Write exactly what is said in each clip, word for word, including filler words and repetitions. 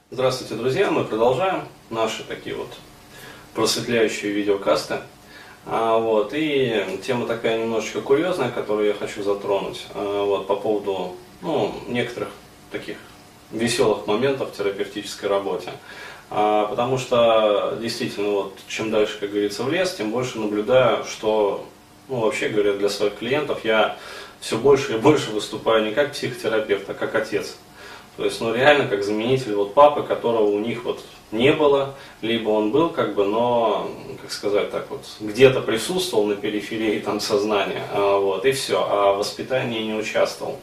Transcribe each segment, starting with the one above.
Здравствуйте, друзья! Мы продолжаем наши такие вот просветляющие видеокасты. А, вот, и тема такая немножечко курьезная, которую я хочу затронуть, а, вот, по поводу ну, некоторых таких веселых моментов в терапевтической работе. А, потому что действительно, вот, чем дальше, как говорится, в лес, тем больше наблюдаю, что, ну, вообще говоря, для своих клиентов я все больше и больше выступаю не как психотерапевт, а как отец. То есть, ну, реально, как заменитель вот папы, которого у них вот не было, либо он был, как бы, но, как сказать так вот, где-то присутствовал на периферии там сознания, а, вот, и все, а в воспитании не участвовал.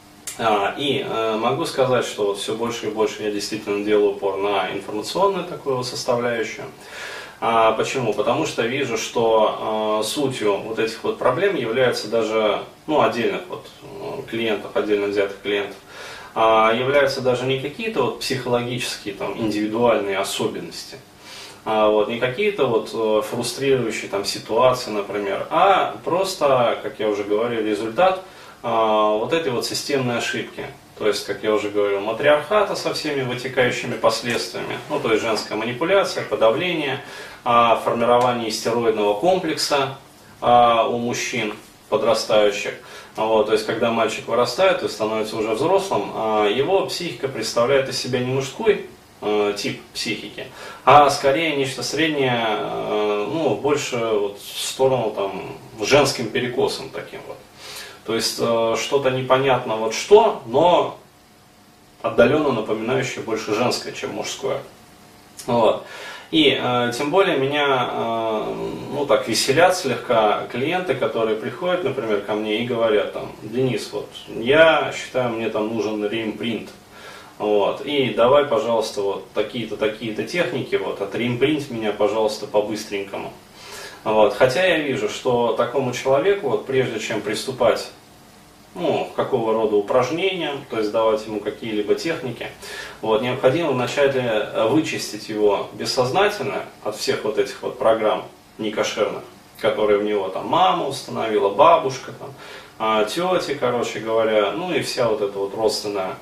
А, и а, могу сказать, что вот все больше и больше я действительно делаю упор на информационную такую вот составляющую. А, почему? Потому что вижу, что а, сутью вот этих вот проблем являются даже, ну, отдельных вот клиентов, отдельно взятых клиентов, являются даже не какие-то вот психологические, там, индивидуальные особенности, а вот, не какие-то вот фрустрирующие там, ситуации, например, а просто, как я уже говорил, результат а, вот этой вот системной ошибки. То есть, как я уже говорил, матриархата со всеми вытекающими последствиями, ну, то есть женская манипуляция, подавление, а, формирование стероидного комплекса а, у мужчин подрастающих. Вот, то есть, когда мальчик вырастает и становится уже взрослым, его психика представляет из себя не мужской э, тип психики, а скорее нечто среднее, э, ну, больше вот в сторону там, женским перекосом таким вот. То есть, э, что-то непонятно вот что, но отдаленно напоминающее больше женское, чем мужское. Вот. И э, тем более меня, э, ну так, веселят слегка клиенты, которые приходят, например, ко мне и говорят, там, Денис, вот, я считаю, мне там нужен реимпринт, вот, и давай, пожалуйста, вот, такие-то, такие-то техники, вот, отреимпринт меня, пожалуйста, по-быстренькому. Вот. Хотя я вижу, что такому человеку, вот, прежде чем приступать, ну, какого рода упражнения, то есть давать ему какие-либо техники, вот, необходимо вначале вычистить его бессознательно от всех вот этих вот программ некошерных, которые в него там мама установила, бабушка, там, тети, короче говоря, ну и вся вот эта вот родственная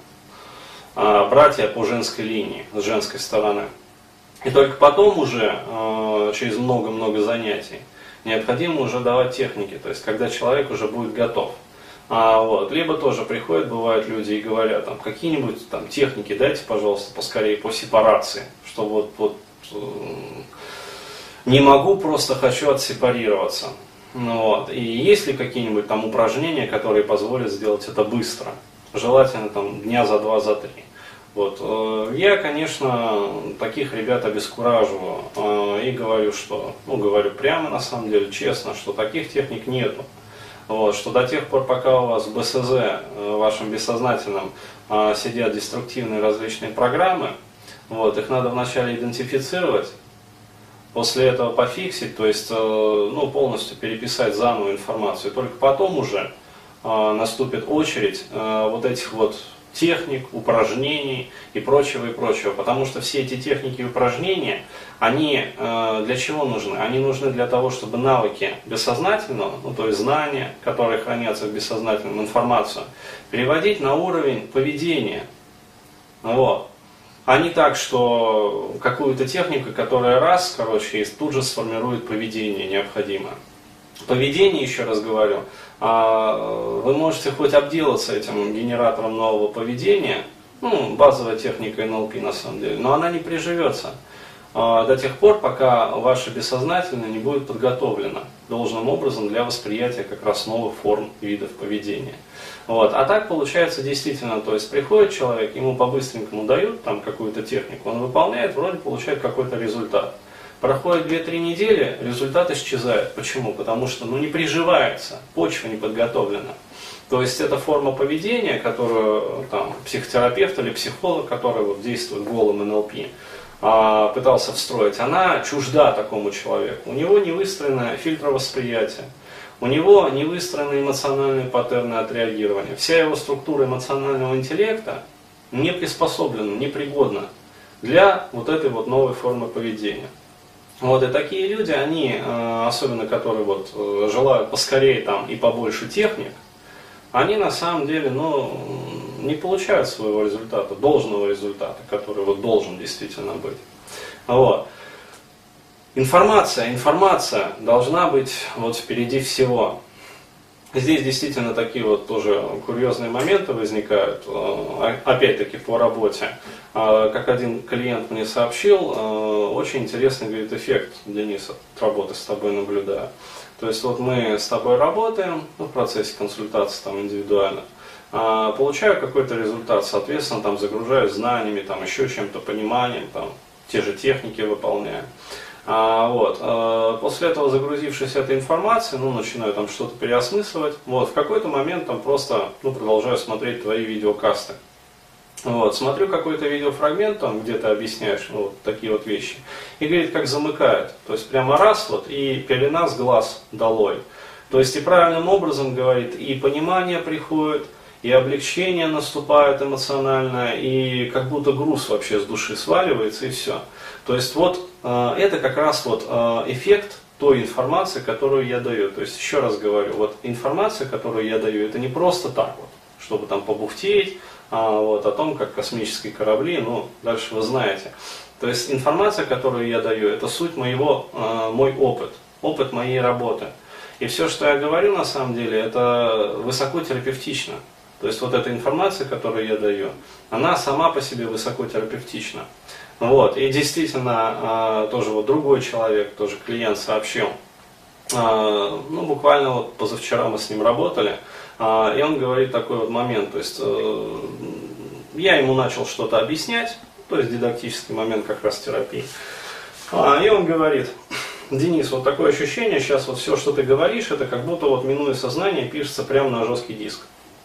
а, братья по женской линии, с женской стороны. И только потом уже, а, через много-много занятий, необходимо уже давать техники, то есть когда человек уже будет готов. А, вот. Либо тоже приходят, бывают люди и говорят, там, какие-нибудь там техники дайте, пожалуйста, поскорее по сепарации, что вот, вот э, не могу, просто хочу отсепарироваться. Ну, вот. И есть ли какие-нибудь там упражнения, которые позволят сделать это быстро, желательно там дня за два, за три. Вот. Э, я, конечно, таких ребят обескураживаю э, и говорю, что, ну, говорю прямо на самом деле, честно, что таких техник нету. Вот, что до тех пор, пока у вас в БСЗ, в вашем бессознательном, сидят деструктивные различные программы, вот, их надо вначале идентифицировать, после этого пофиксить, то есть ну, полностью переписать заново информацию, только потом уже наступит очередь вот этих вот техник, упражнений и прочего, и прочего. Потому что все эти техники и упражнения, они э, для чего нужны? Они нужны для того, чтобы навыки бессознательного, ну то есть знания, которые хранятся в бессознательном, информацию, переводить на уровень поведения. Вот. А не так, что какую-то технику, которая раз, короче, тут же сформирует поведение необходимое. Поведение, еще раз говорю, вы можете хоть обделаться этим генератором нового поведения, ну, базовая техника эн эл пи на самом деле, но она не приживется до тех пор, пока ваше бессознательное не будет подготовлено должным образом для восприятия как раз новых форм и видов поведения. Вот. А так получается действительно, то есть приходит человек, ему по-быстренькому дают там какую-то технику, он выполняет, вроде получает какой-то результат. Проходит две-три недели, результат исчезает. Почему? Потому что ну, не приживается, почва не подготовлена. То есть эта форма поведения, которую там, психотерапевт или психолог, который вот, действует голым эн эл пи, а, пытался встроить, она чужда такому человеку. У него не выстроено фильтровосприятие, у него не выстроены эмоциональные паттерны отреагирования. Вся его структура эмоционального интеллекта не приспособлена, не пригодна для вот этой вот новой формы поведения. Вот, и такие люди, они, особенно которые вот, желают поскорее там, и побольше техник, они на самом деле ну, не получают своего результата, должного результата, который вот должен действительно быть. Вот. Информация, информация должна быть вот впереди всего. Здесь действительно такие вот тоже курьезные моменты возникают, опять-таки по работе. Как один клиент мне сообщил, очень интересный, говорит, эффект, Денис, от работы с тобой наблюдаю. То есть вот мы с тобой работаем, ну, в процессе консультации там индивидуально, получаю какой-то результат, соответственно, там загружаюсь знаниями, там еще чем-то, пониманием, там те же техники выполняю. А, вот, а, после этого, загрузившись этой информацией, ну, начинаю там что-то переосмысливать. Вот, в какой-то момент там просто, ну, продолжаю смотреть твои видеокасты. Вот, смотрю какой-то видеофрагмент, там, где ты объясняешь, ну, вот такие вот вещи. И, говорит, как замыкает. То есть прямо раз вот, и пелена с глаз долой. То есть и правильным образом, говорит, и понимание приходит, и облегчение наступает эмоциональное, и как будто груз вообще с души сваливается, и все. То есть вот э, это как раз вот э, эффект той информации, которую я даю. То есть еще раз говорю, вот информация, которую я даю, это не просто так вот, чтобы там побухтеть, а, вот, о том, как космические корабли, ну, дальше вы знаете. То есть информация, которую я даю, это суть моего, э, мой опыт, опыт моей работы. И все, что я говорю, на самом деле, это высокотерапевтично. То есть вот эта информация, которую я даю, она сама по себе высокотерапевтична. Вот. И действительно, тоже вот другой человек, тоже клиент сообщил, ну буквально вот позавчера мы с ним работали, и он говорит такой вот момент, то есть я ему начал что-то объяснять, то есть дидактический момент как раз терапии, и он говорит: Денис, вот такое ощущение, сейчас вот все, что ты говоришь, это как будто вот минуя сознание, пишется прямо на жесткий диск.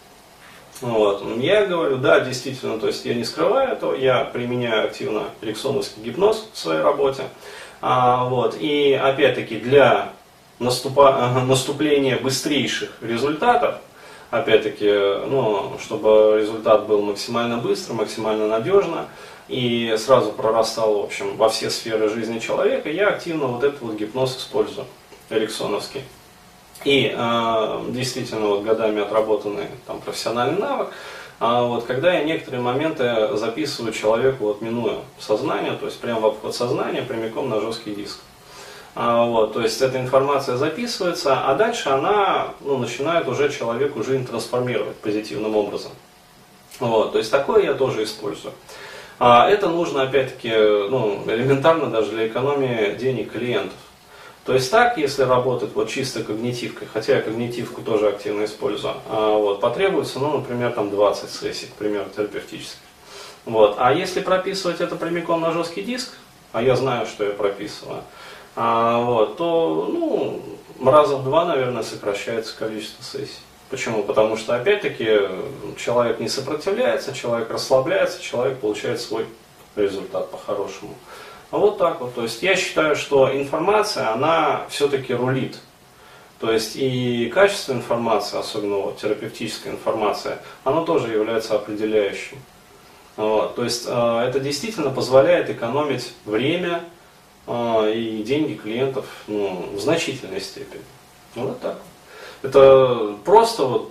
Вот. Я говорю, да, действительно, то есть я не скрываю этого, я применяю активно эриксоновский гипноз в своей работе. А, вот. И опять-таки для наступа, наступления быстрейших результатов, опять-таки, ну, чтобы результат был максимально быстро, максимально надежно и сразу прорастал, в общем, во все сферы жизни человека, я активно вот этот вот гипноз использую, эриксоновский. И э, действительно вот годами отработанный там профессиональный навык, а вот когда я некоторые моменты записываю человеку, вот минуя сознание, то есть прямо в обход сознания, прямиком на жесткий диск. А, вот, то есть эта информация записывается, а дальше она, ну, начинает уже человеку жизнь трансформировать позитивным образом. Вот, то есть такое я тоже использую. А это нужно опять-таки, ну, элементарно даже для экономии денег клиентов. То есть так, если работать вот чисто когнитивкой, хотя я когнитивку тоже активно использую, а, вот, потребуется, ну, например, там двадцать сессий, к примеру, терапевтических. Вот. А если прописывать это прямиком на жесткий диск, а я знаю, что я прописываю, а, вот, то, ну, раза в два, наверное, сокращается количество сессий. Почему? Потому что, опять-таки, человек не сопротивляется, человек расслабляется, человек получает свой результат по-хорошему. А вот так вот. То есть я считаю, что информация, она все-таки рулит. То есть и качество информации, особенно вот, терапевтическая информация, оно тоже является определяющим. Вот. То есть э, это действительно позволяет экономить время э, и деньги клиентов, ну, в значительной степени. Вот так. Это просто вот,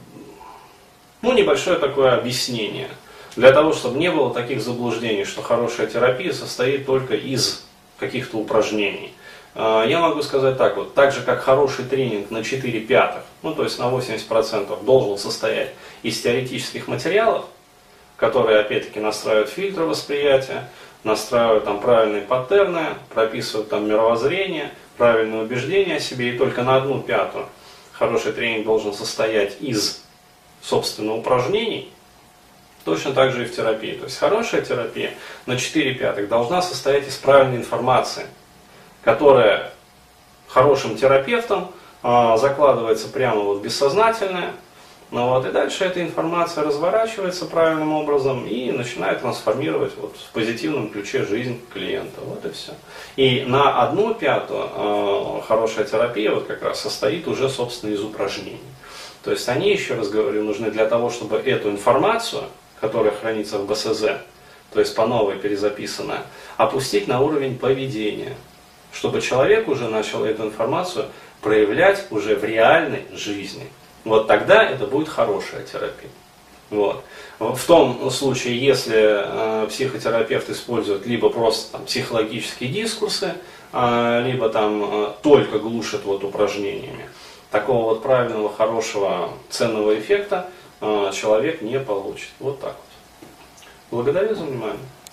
ну, небольшое такое объяснение. Для того, чтобы не было таких заблуждений, что хорошая терапия состоит только из каких-то упражнений. Я могу сказать так, вот, так же как хороший тренинг на четыре пятых, ну то есть на восемьдесят процентов должен состоять из теоретических материалов, которые опять-таки настраивают фильтры восприятия, настраивают там правильные паттерны, прописывают там мировоззрение, правильные убеждения о себе, и только на одну пятую хороший тренинг должен состоять из, собственно, упражнений. Точно так же и в терапии. То есть хорошая терапия на четыре пятых должна состоять из правильной информации, которая хорошим терапевтом э, закладывается прямо вот бессознательное. Ну, вот, и дальше эта информация разворачивается правильным образом и начинает трансформировать вот, в позитивном ключе жизнь клиента. Вот и все. И на одну пятую э, хорошая терапия вот как раз состоит уже, собственно, из упражнений. То есть они, еще раз говорю, нужны для того, чтобы эту информацию, которая хранится в бэ эс зэ, то есть по новой перезаписанная, опустить на уровень поведения, чтобы человек уже начал эту информацию проявлять уже в реальной жизни. Вот тогда это будет хорошая терапия. Вот. В том случае, если э, психотерапевт использует либо просто там, психологические дискурсы, э, либо там э, только глушит вот, упражнениями, такого вот правильного, хорошего, ценного эффекта э, человек не получит. Вот так вот. Благодарю за внимание.